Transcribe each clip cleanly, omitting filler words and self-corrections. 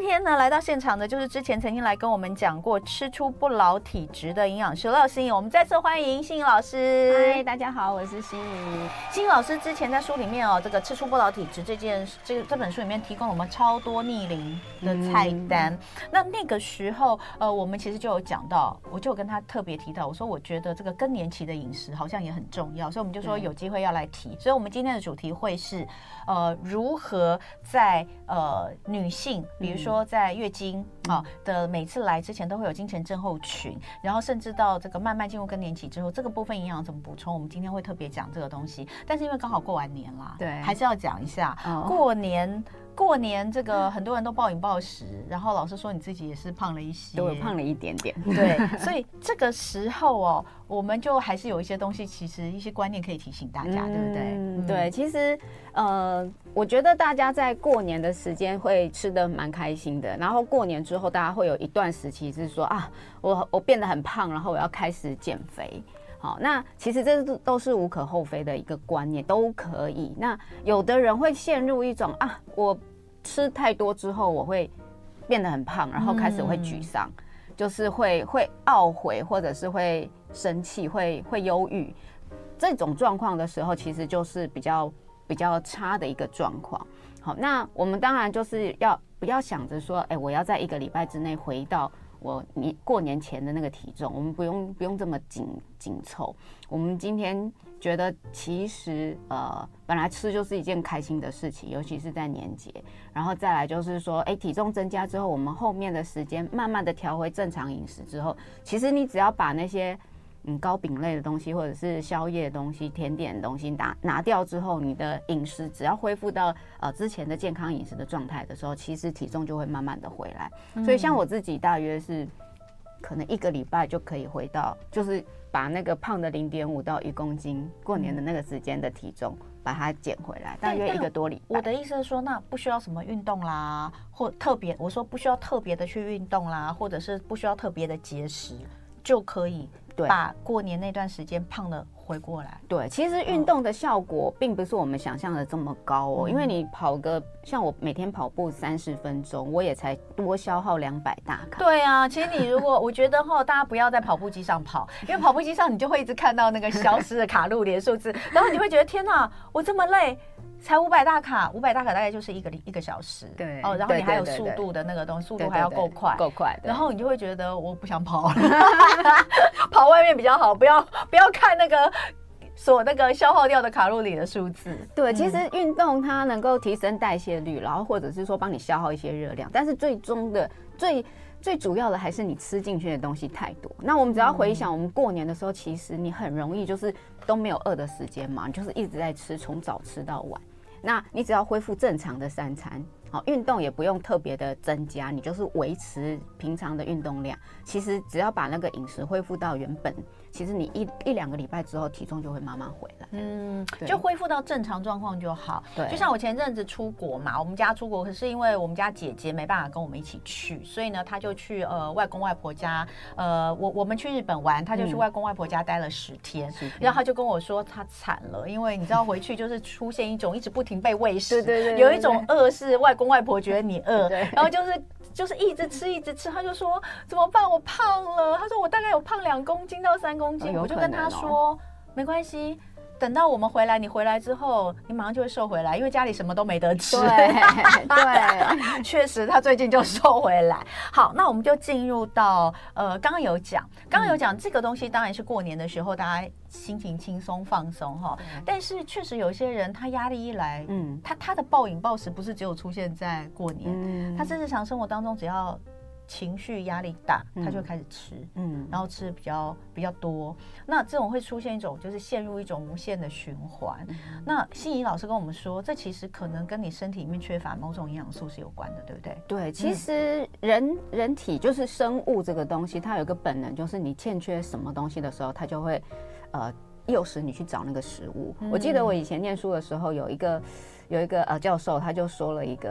天呢，来到现场的就是之前曾经来跟我们讲过吃出不老体质的营养师廖心怡，我们再次欢迎心怡老师。 嗨，大家好，我是心怡。 心怡老师之前在书里面这个吃出不老体质这本书里面提供了我们超多逆龄的菜单。那个时候我们其实就有讲到，我就有跟他特别提到，我说我觉得这个更年期的饮食好像也很重要，所以我们就说有机会要来提。所以我们今天的主题会是如何在女性，比如说在月经的每次来之前都会有经前症候群，然后甚至到这个慢慢进入更年期之后，这个部分营养怎么补充，我们今天会特别讲这个东西。但是因为刚好过完年啦， 对， 还是要讲一下过年这个很多人都暴饮暴食，然后老师说你自己也是胖了一些， 对，我胖了一点点， 对，所以这个时候我们就还是有一些东西，其实一些观念可以提醒大家，对不对？ 对，其实我觉得大家在过年的时间会吃得蛮开心的，然后过年之后，大家会有一段时期是说我变得很胖，然后我要开始减肥。好，那其实这都是无可厚非的一个观念，都可以。那有的人会陷入一种我吃太多之后我会变得很胖，然后开始会沮丧，就是会懊悔，或者是会生气，会忧郁。这种状况的时候，其实就是比较差的一个状况。好，那我们当然就是不要想着说，我要在1个礼拜之内回到过年前的那个体重，我们不用这么紧凑。我们今天觉得其实本来吃就是一件开心的事情，尤其是在年节。然后再来就是说，体重增加之后，我们后面的时间慢慢的调回正常饮食之后，其实你只要把那些糕饼类的东西，或者是宵夜的东西、甜点的东西拿掉之后，你的饮食只要恢复到之前的健康饮食的状态的时候，其实体重就会慢慢的回来。所以像我自己大约是可能1个礼拜就可以回到，就是把那个胖的0.5到1公斤过年的那个时间的体重把它减回来，大约1个多礼拜。 我的意思是说，那不需要什么运动啦，或特别，我说不需要特别的去运动啦，或者是不需要特别的节食就可以把过年那段时间胖的回过来。 对，其实运动的效果并不是我们想象的这么高因为你像我每天跑步30分钟，我也才多消耗200大卡。 对啊，其实你如果我觉得大家不要在跑步机上跑，因为跑步机上你就会一直看到那个消失的卡路里的数字，然后你会觉得天哪，我这么累。才500大卡，500大卡大概就是一个小时， 对然后你还有速度的那个东西，速度还要够快，然后你就会觉得我不想跑了，跑外面比较好，不要看那个消耗掉的卡路里的数字。 对，其实运动它能够提升代谢率，然后或者是说帮你消耗一些热量，但是最终的最主要的还是你吃进去的东西太多。那我们只要回想我们过年的时候，其实你很容易就是都没有饿的时间嘛，你就是一直在吃，从早吃到晚。那你只要恢复正常的3餐，运动也不用特别的增加，你就是维持平常的运动量。其实只要把那个饮食恢复到原本，其实你1-2个礼拜之后，体重就会慢慢回来。 就恢复到正常状况就好。 对， 就像我前阵子出国嘛，我们家出国，可是因为我们家姐姐没办法跟我们一起去，所以呢，她就去外公外婆家。我们去日本玩，她就去外公外婆家待了10天，然后她就跟我说她惨了，因为你知道回去就是出现一种一直不停被喂食， 对， 有一种饿是外公外婆觉得你饿，然后就是一直吃，他就说怎么办？我胖了。他说我大概有胖2公斤到3公斤，我就跟他说没关系。等到我们回来，你回来之后，你马上就会瘦回来，因为家里什么都没得吃。对，确实，他最近就瘦回来。好，那我们就进入到刚刚有讲这个东西，当然是过年的时候大家心情轻松放松哈。但是确实有些人他压力一来，他的暴饮暴食不是只有出现在过年，他在日常生活当中只要情绪压力大，他就会开始吃，然后吃比较多。那这种会出现一种就是陷入一种无限的循环。那心怡老师跟我们说，这其实可能跟你身体里面缺乏某种营养素是有关的，对不对？ 对，其实人体就是生物这个东西，它有一个本能，就是你欠缺什么东西的时候，它就会诱使你去找那个食物。我记得我以前念书的时候，有一个教授，他就说了一个。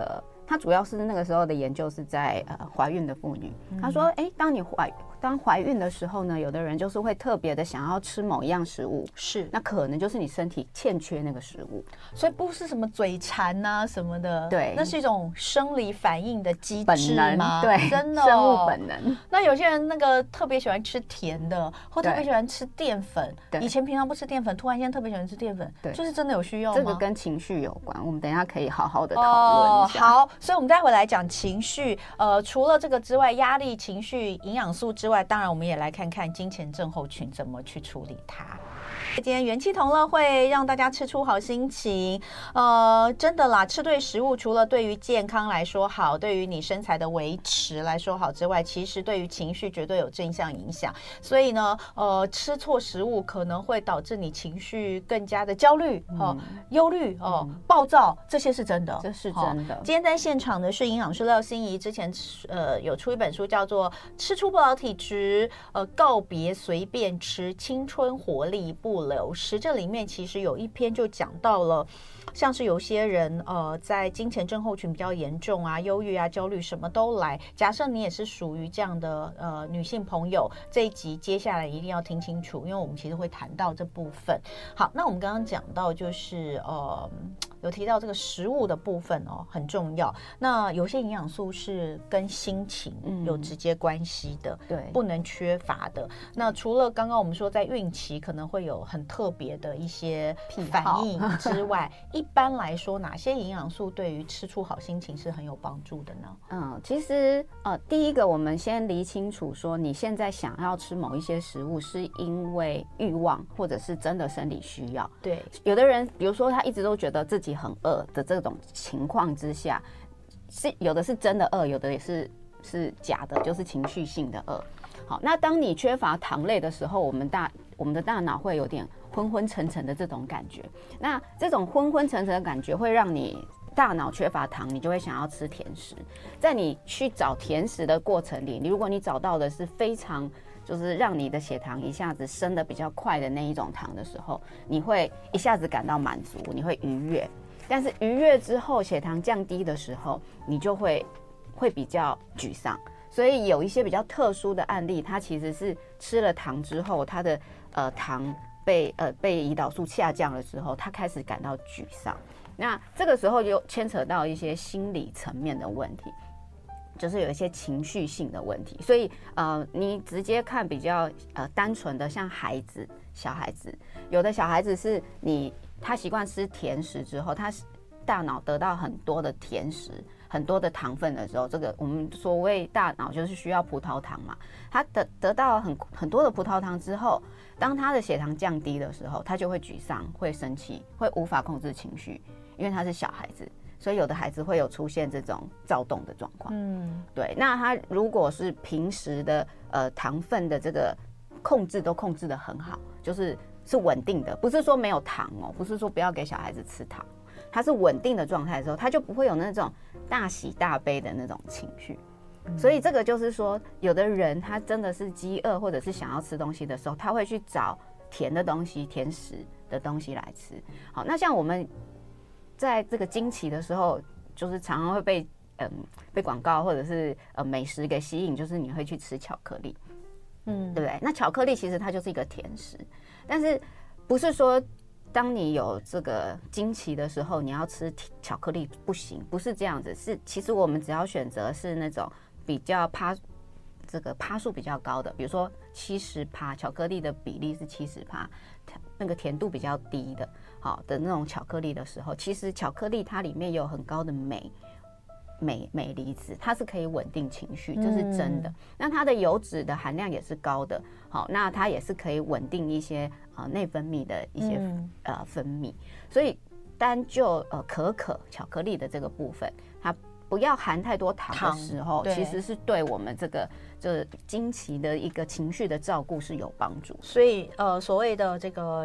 它主要是那个时候的研究是在怀孕的妇女。他说，当怀孕的时候呢，有的人就是会特别的想要吃某一样食物， 是， 那可能就是你身体欠缺那个食物， 所以不是什么嘴馋啊什么的， 对， 那是一种生理反应的机制吗？ 对， 真的生物本能。 那有些人那个特别喜欢吃甜的，或特别喜欢吃淀粉，以前平常不吃淀粉，突然间特别喜欢吃淀粉，对，就是真的有需要吗？ 这个跟情绪有关，我们等一下可以好好的讨论一下。 好，所以我们待会来讲情绪。除了这个之外，压力、情绪、营养素之外，当然我们也来看看金钱症候群怎么去处理它。今天元气同乐会让大家吃出好心情，真的啦，吃对食物除了对于健康来说好，对于你身材的维持来说好之外，其实对于情绪绝对有正向影响。所以呢，吃错食物可能会导致你情绪更加的焦虑、忧虑、暴躁，这些是真的， 这是真的。 今天在现场的是营养师廖心怡，之前有出一本书叫做《吃出不老体质》，告别随便吃，青春活力不流失。这里面其实有一篇就讲到了，像是有些人在金钱症候群比较严重啊，忧郁啊、焦虑什么都来。假设你也是属于这样的女性朋友，这一集接下来一定要听清楚，因为我们其实会谈到这部分。好，那我们刚刚讲到就是有提到这个食物的部分很重要。那有些营养素是跟心情有直接关系的， 对， 不能缺乏的。那除了刚刚我们说在孕期可能会有很特别的一些反应之外，一般来说哪些营养素对于吃出好心情是很有帮助的呢？ 其实第一个我们先理清楚说，你现在想要吃某一些食物是因为欲望或者是真的生理需要。 对， 有的人比如说他一直都觉得自己很饿的这种情况之下，是有的是真的饿，有的也是假的，就是情绪性的饿。好，那当你缺乏糖类的时候，我们的大脑会有点昏昏沉沉的这种感觉。那这种昏昏沉沉的感觉会让你大脑缺乏糖，你就会想要吃甜食。在你去找甜食的过程里，如果你找到的是非常就是让你的血糖一下子升得比较快的那一种糖的时候，你会一下子感到满足，你会愉悦。但是愉悦之后，血糖降低的时候，你就会比较沮丧。所以有一些比较特殊的案例，它其实是吃了糖之后，它的糖被胰岛素下降了之后，他开始感到沮丧。那这个时候就牵扯到一些心理层面的问题，就是有一些情绪性的问题。所以你直接看比较单纯的，像小孩子，有的小孩子是他习惯吃甜食之后，他大脑得到很多的甜食。很多的糖分的时候，这个我们所谓大脑就是需要葡萄糖嘛。他得到很多的葡萄糖之后，当他的血糖降低的时候，他就会沮丧、会生气、会无法控制情绪，因为他是小孩子，所以有的孩子会有出现这种躁动的状况。对。那他如果是平时的糖分的这个控制都控制得很好，是稳定的，不是说没有糖不是说不要给小孩子吃糖。它是稳定的状态的时候，它就不会有那种大喜大悲的那种情绪。所以这个就是说，有的人他真的是饥饿或者是想要吃东西的时候，他会去找甜的东西、甜食的东西来吃。好，那像我们在这个经期的时候，就是常常会被广告或者是美食给吸引，就是你会去吃巧克力，对不对？那巧克力其实它就是一个甜食，但是不是说当你有这个经期的时候，你要吃巧克力不行，不是这样子。其实我们只要选择是那种比较趴数比较高的，比如说70%，巧克力的比例是70%，那个甜度比较低的，好的那种巧克力的时候，其实巧克力它里面有很高的镁离子，它是可以稳定情绪，这是真的。那它的油脂的含量也是高的，好，那它也是可以稳定一些内分泌的一些分泌。所以单就可巧克力的这个部分，它不要含太多糖的时候，其实是对我们这个就是经期的一个情绪的照顾是有帮助。 所以所谓的这个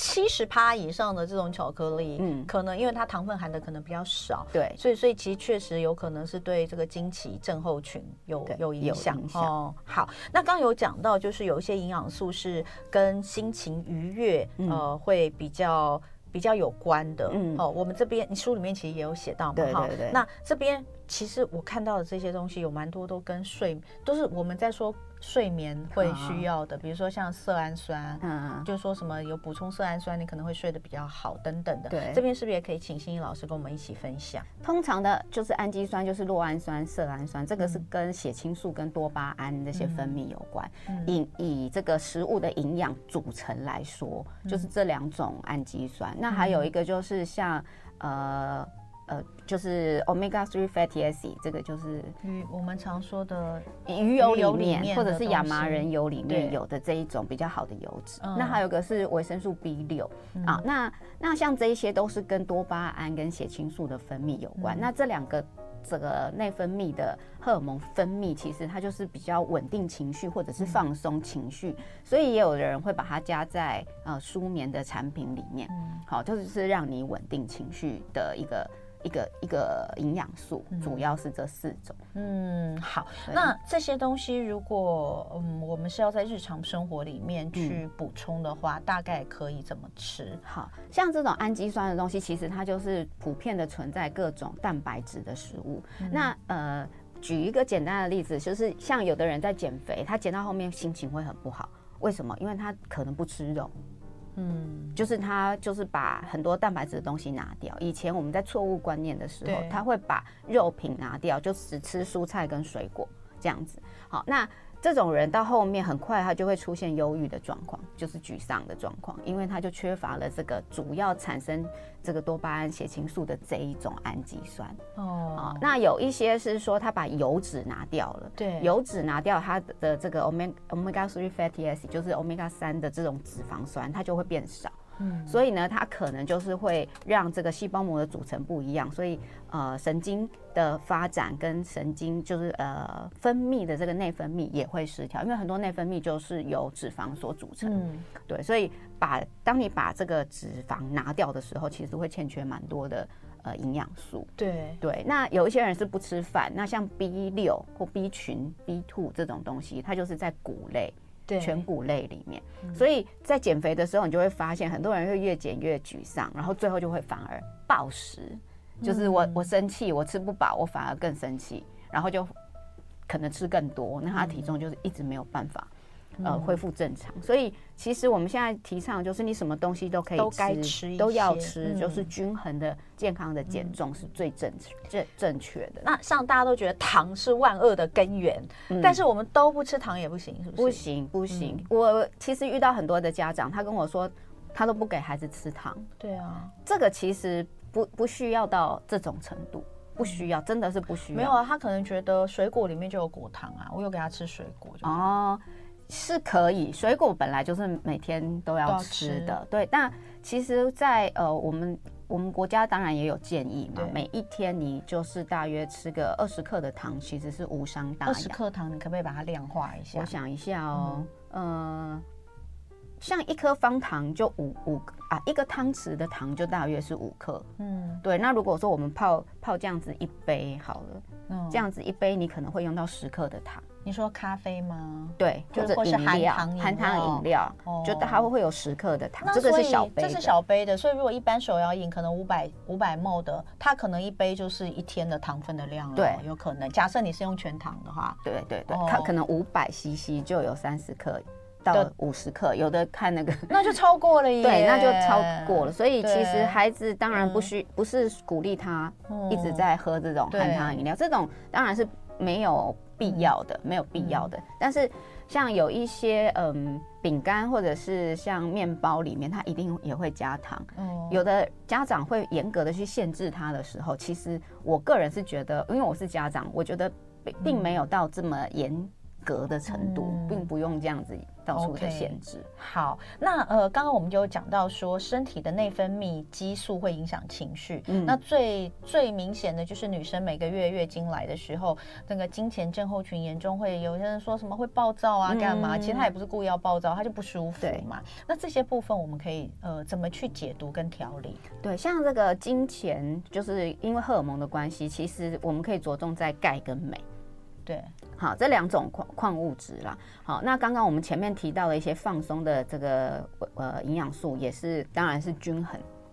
70%以上的这种巧克力，可能因为它糖分含的可能比较少， 对， 所以其实确实有可能是对这个经期症候群有影响哦。好，那刚有讲到，就是有一些营养素是跟心情愉悦，会比较比较有关的，我们这边你书里面其实也有写到嘛， 对对对。 那这边其实我看到的这些东西有蛮多都跟都是我们在说睡眠会需要的，比如说像色氨酸，就是说什么有补充色氨酸，你可能会睡得比较好等等的。 对， 这边是不是也可以请欣怡老师跟我们一起分享？ 通常的就是氨基酸，就是酪氨酸、色氨酸，这个是跟血清素跟多巴胺这些分泌有关。以这个食物的营养组成来说，就是这2种氨基酸。那还有一个就是像就是 omega-3 fatty acid， 这个就是我们常说的鱼油里面或者是亚麻仁油里面有的这一种比较好的油脂。那还有一个是维生素 B6 啊，那像这一些都是跟多巴胺跟血清素的分泌有关。那这2个这个内分泌的荷尔蒙分泌，其实它就是比较稳定情绪或者是放松情绪，所以也有的人会把它加在舒眠的产品里面。好，就是让你稳定情绪的一个营养素，主要是这4种。 好，那这些东西如果我们是要在日常生活里面去补充的话，大概可以怎么吃？ 好像这种氨基酸的东西，其实它就是普遍的存在各种蛋白质的食物。那举一个简单的例子，就是像有的人在减肥，他减到后面心情会很不好，为什么？因为他可能不吃肉。就是他就是把很多蛋白质的东西拿掉。以前我们在错误观念的时候，他会把肉品拿掉，就只吃蔬菜跟水果这样子。好，那这种人到后面很快他就会出现忧郁的状况，就是沮丧的状况，因为他就缺乏了这个主要产生这个多巴胺、血清素的这一种氨基酸。那有一些是说他把油脂拿掉了，对，油脂拿掉，它的这个 omega-3 fatty acid 就是 omega-3 的这种脂肪酸，它就会变少。所以呢，它可能就是会让这个细胞膜的组成不一样，所以神经的发展跟神经就是分泌的这个内分泌也会失调，因为很多内分泌就是由脂肪所组成。对，所以当你把这个脂肪拿掉的时候，其实会欠缺蛮多的营养素。对，那有一些人是不吃饭，那像 B6 或 B 群、B2 这种东西，它就是在谷类。全谷类里面，所以在减肥的时候，你就会发现很多人会越减越沮丧，然后最后就会反而暴食，就是我生气，我吃不饱，我反而更生气，然后就可能吃更多，那他体重就是一直没有办法恢复正常。所以其实我们现在提倡就是你什么东西都可以吃， 都该吃， 都要吃，就是均衡的健康的减重是最正确的。 那像大家都觉得糖是万恶的根源，但是我们都不吃糖也不行，是不是？ 不行。我其实遇到很多的家长，他跟我说他都不给孩子吃糖。 对啊， 这个其实不需要到这种程度。不需要，真的是不需要。 没有啊，他可能觉得水果里面就有果糖啊，我有给他吃水果是可以，水果本来就是每天都要吃的，对。但其实在，我们国家当然也有建议嘛，每一天你就是大约吃个20克的糖，其实是无伤大雅。 20克糖，你可不可以把它量化一下？ 我想一下像一颗方糖就一个汤匙的糖就大约是5克。对。那如果说我们泡这样子一杯好了，这样子一杯你可能会用到10克的糖。 你说咖啡吗？ 对，或者含糖饮料，就它会有10克的糖。这个是小杯的， 这是小杯的。所以如果一般手摇饮可能500 ml 的，它可能一杯就是1天的糖分的量了。 对， 有可能。假设你是用全糖的话， 对，它可能500 cc 就有30克。到50克，有的看那个， 那就超过了耶。 对，那就超过了。所以其实孩子当然不是鼓励他一直在喝这种含糖饮料，这种当然是没有必要的，没有必要的。但是像有一些饼干或者是像面包里面，它一定也会加糖。有的家长会严格的去限制它的时候，其实我个人是觉得，因为我是家长，我觉得并没有到这么严格的程度，并不用这样子到处的限制。 好，那刚刚我们就有讲到说，身体的内分泌激素会影响情绪。那最明显的就是女生每个月月经来的时候，那个经前症候群严重，会有些人说什么会暴躁啊，干嘛？其实她也不是故意要暴躁，她就不舒服嘛。那这些部分我们可以怎么去解读跟调理？ 对，像这个经前，就是因为荷尔蒙的关系，其实我们可以着重在钙跟镁。 对， 好，这2种矿物质啦。好，那刚刚我们前面提到的一些放松的这个营养素，也是当然是均衡。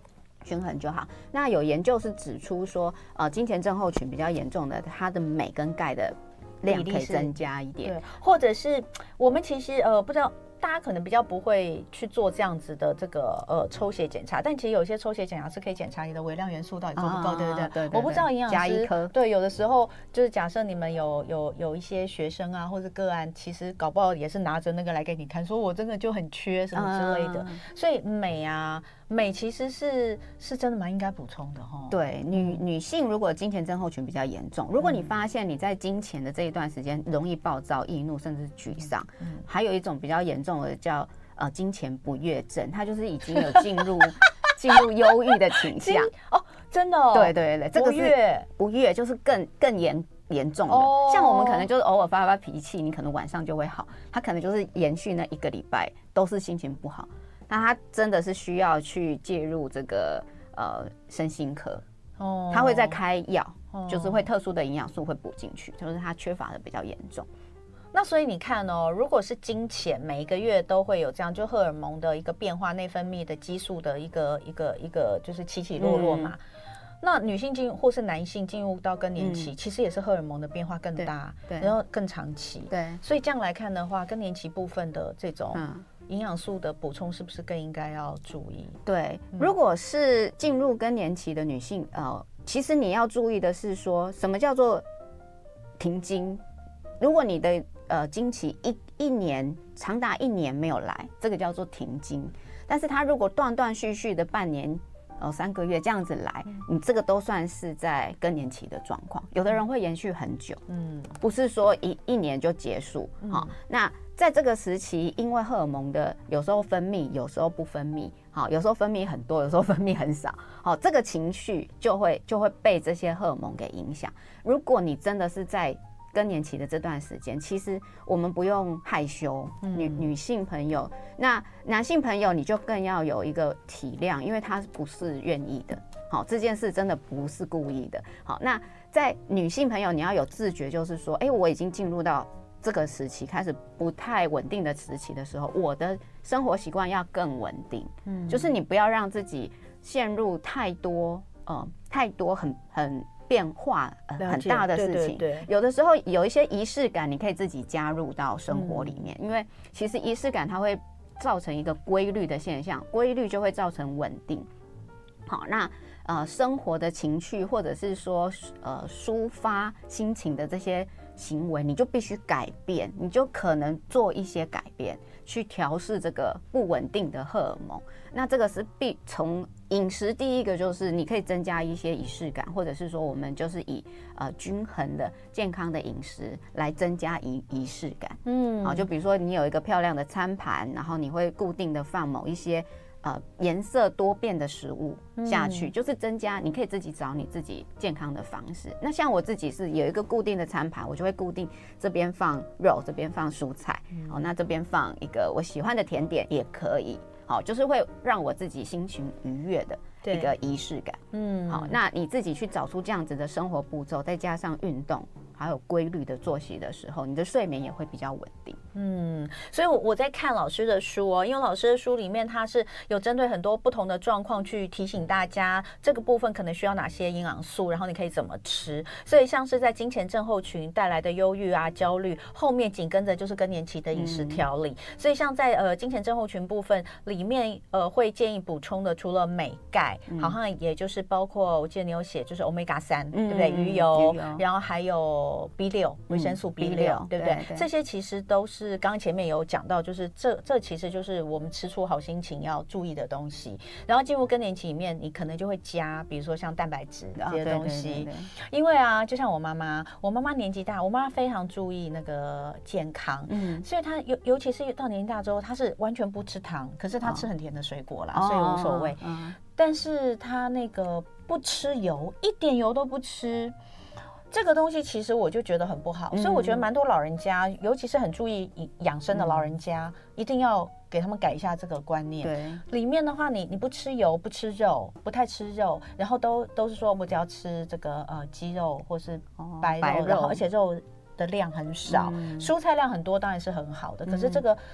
均衡就好。那有研究是指出说，经前症候群比较严重的，它的镁跟钙的量可以增加一点， 对，或者是我们其实不知道。大家可能比较不会去做这样子的这个抽血检查，但其实有些抽血检查是可以检查你的微量元素到底够不够，对不对？ 对， 我不知道营养师加一颗， 对，有的时候就是假设你们有一些学生啊或者个案，其实搞不好也是拿着那个来给你看，说我真的就很缺什么之类的，所以镁其实是真的蛮应该补充的哈。 对，女性如果经前症候群比较严重，如果你发现你在经前的这一段时间容易暴躁、易怒，甚至沮丧，还有一种比较严重的叫经前不悦症，它就是已经有进入忧郁的倾向哦，真的哦。 对，这个是不悦，就是更严重的。像我们可能就是偶尔发脾气，你可能晚上就会好，他可能就是延续那1个礼拜都是心情不好。那他真的是需要去介入这个身心科，他会再开药，就是会特殊的营养素会补进去，就是他缺乏的比较严重。 那所以你看哦，如果是经前每一个月都会有这样，就荷尔蒙的一个变化，内分泌的激素的一个就是起起落落嘛。那女性或是男性进入到更年期，其实也是荷尔蒙的变化更大，然后更长期。 对， 所以这样来看的话，更年期部分的这种营养素的补充，是不是更应该要注意？ 对，如果是进入更年期的女性，其实你要注意的是说，什么叫做停经？如果你的经期一年长达1年没有来，这个叫做停经。但是它如果断断续续的半年、3个月这样子来，你这个都算是在更年期的状况。有的人会延续很久，不是说一年就结束。好，那在这个时期，因为荷尔蒙的有时候分泌，有时候不分泌，好，有时候分泌很多，有时候分泌很少，好，这个情绪就会被这些荷尔蒙给影响。如果你真的是在更年期的这段时间，其实我们不用害羞，女性朋友，那男性朋友你就更要有一个体谅，因为他不是愿意的，好，这件事真的不是故意的，好，那在女性朋友你要有自觉，就是说，我已经进入到这个时期，开始不太稳定的时期的时候，我的生活习惯要更稳定，就是你不要让自己陷入太多很变化很大的事情，有的时候有一些仪式感，你可以自己加入到生活里面，因为其实仪式感它会造成一个规律的现象，规律就会造成稳定。好，那生活的情绪或者是说抒发心情的这些行为，你就必须改变，你就可能做一些改变，去调适这个不稳定的荷尔蒙。那这个是从饮食，第一个就是你可以增加一些仪式感，或者是说我们就是以均衡的健康的饮食来增加仪式感。好，就比如说你有一个漂亮的餐盘，然后你会固定的放某一些颜色多变的食物下去，就是增加，你可以自己找你自己健康的方式。那像我自己是有一个固定的餐盘，我就会固定这边放肉，这边放蔬菜，那这边放一个我喜欢的甜点也可以，好，就是会让我自己心情愉悦的一个仪式感。好，那你自己去找出这样子的生活步骤，再加上运动，还有规律的作息的时候，你的睡眠也会比较稳定。 所以我在看老师的书哦，因为老师的书里面他是有针对很多不同的状况去提醒大家这个部分可能需要哪些营养素，然后你可以怎么吃。所以像是在经前症候群带来的忧郁啊、焦虑，后面紧跟着就是更年期的饮食调理。所以像在经前症候群部分里面，会建议补充的除了镁、钙，好像也就是包括我记得你有写就是 Omega-3，对不对？鱼油，然后还有 B6 维生素 B6，对不对？这些其实都是刚刚前面有讲到，就是这其实就是我们吃出好心情要注意的东西。然后进入更年期里面，你可能就会加，比如说像蛋白质这些东西。因为啊，就像我妈妈年纪大，我妈妈非常注意那个健康，所以她尤其是到年纪大之后，她是完全不吃糖，可是她吃很甜的水果啦，所以无所谓。但是她那个不吃油，一点油都不吃。这个东西其实我就觉得很不好，所以我觉得蛮多老人家，尤其是很注意养生的老人家，一定要给他们改一下这个观念。对，里面的话你不吃油，不吃肉，不太吃肉，然后都是说我只要吃这个鸡肉或是白肉，而且肉的量很少，蔬菜量很多当然是很好的，可是这个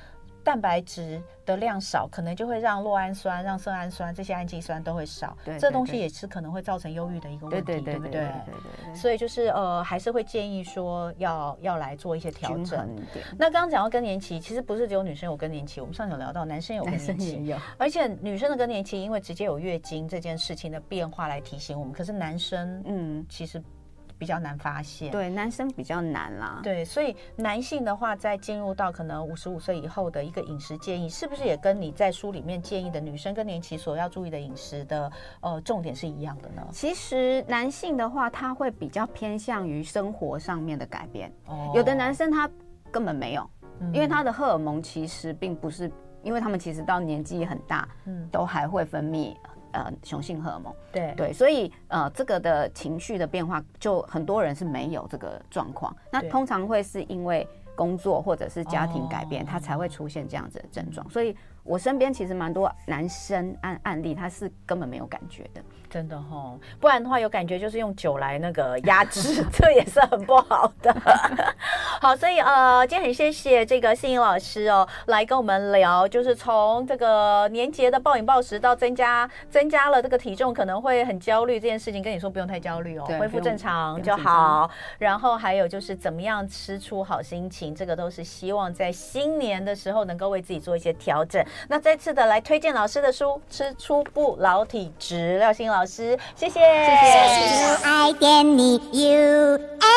蛋白质的量少，可能就会让酪氨酸、让色氨酸这些氨基酸都会少，这东西也是可能会造成忧郁的一个问题，对不对？所以就是还是会建议说要来做一些调整。那刚刚讲到更年期，其实不是只有女生有更年期，我们上次有聊到男生有更年期，而且女生的更年期因为直接有月经这件事情的变化来提醒我们，可是男生其实比较难发现， 对，男生比较难啦。 对，所以男性的话，在进入到可能55岁以后的一个饮食建议，是不是也跟你在书里面建议的女生更年期所要注意的饮食的重点是一样的呢？ 其实男性的话，他会比较偏向于生活上面的改变，有的男生他根本没有，因为他的荷尔蒙其实并不是，因为他们其实到年纪很大，都还会分泌雄性荷尔蒙，对，所以这个的情绪的变化，就很多人是没有这个状况。那通常会是因为工作或者是家庭改变，他才会出现这样子的症状。所以我身边其实蛮多男生案例，他是根本没有感觉的。 真的齁，不然的话有感觉就是用酒来那个压制，这也是很不好的。好，所以今天很谢谢这个信颖老师哦，来跟我们聊，就是从这个年节的暴饮暴食到增加了这个体重，可能会很焦虑这件事情，跟你说不用太焦虑哦，恢复正常就好。然后还有就是怎么样吃出好心情，这个都是希望在新年的时候能够为自己做一些调整。那再次的来推荐老师的书《吃出不老体质》，廖信颖老师，谢谢， 爱点你 UFO。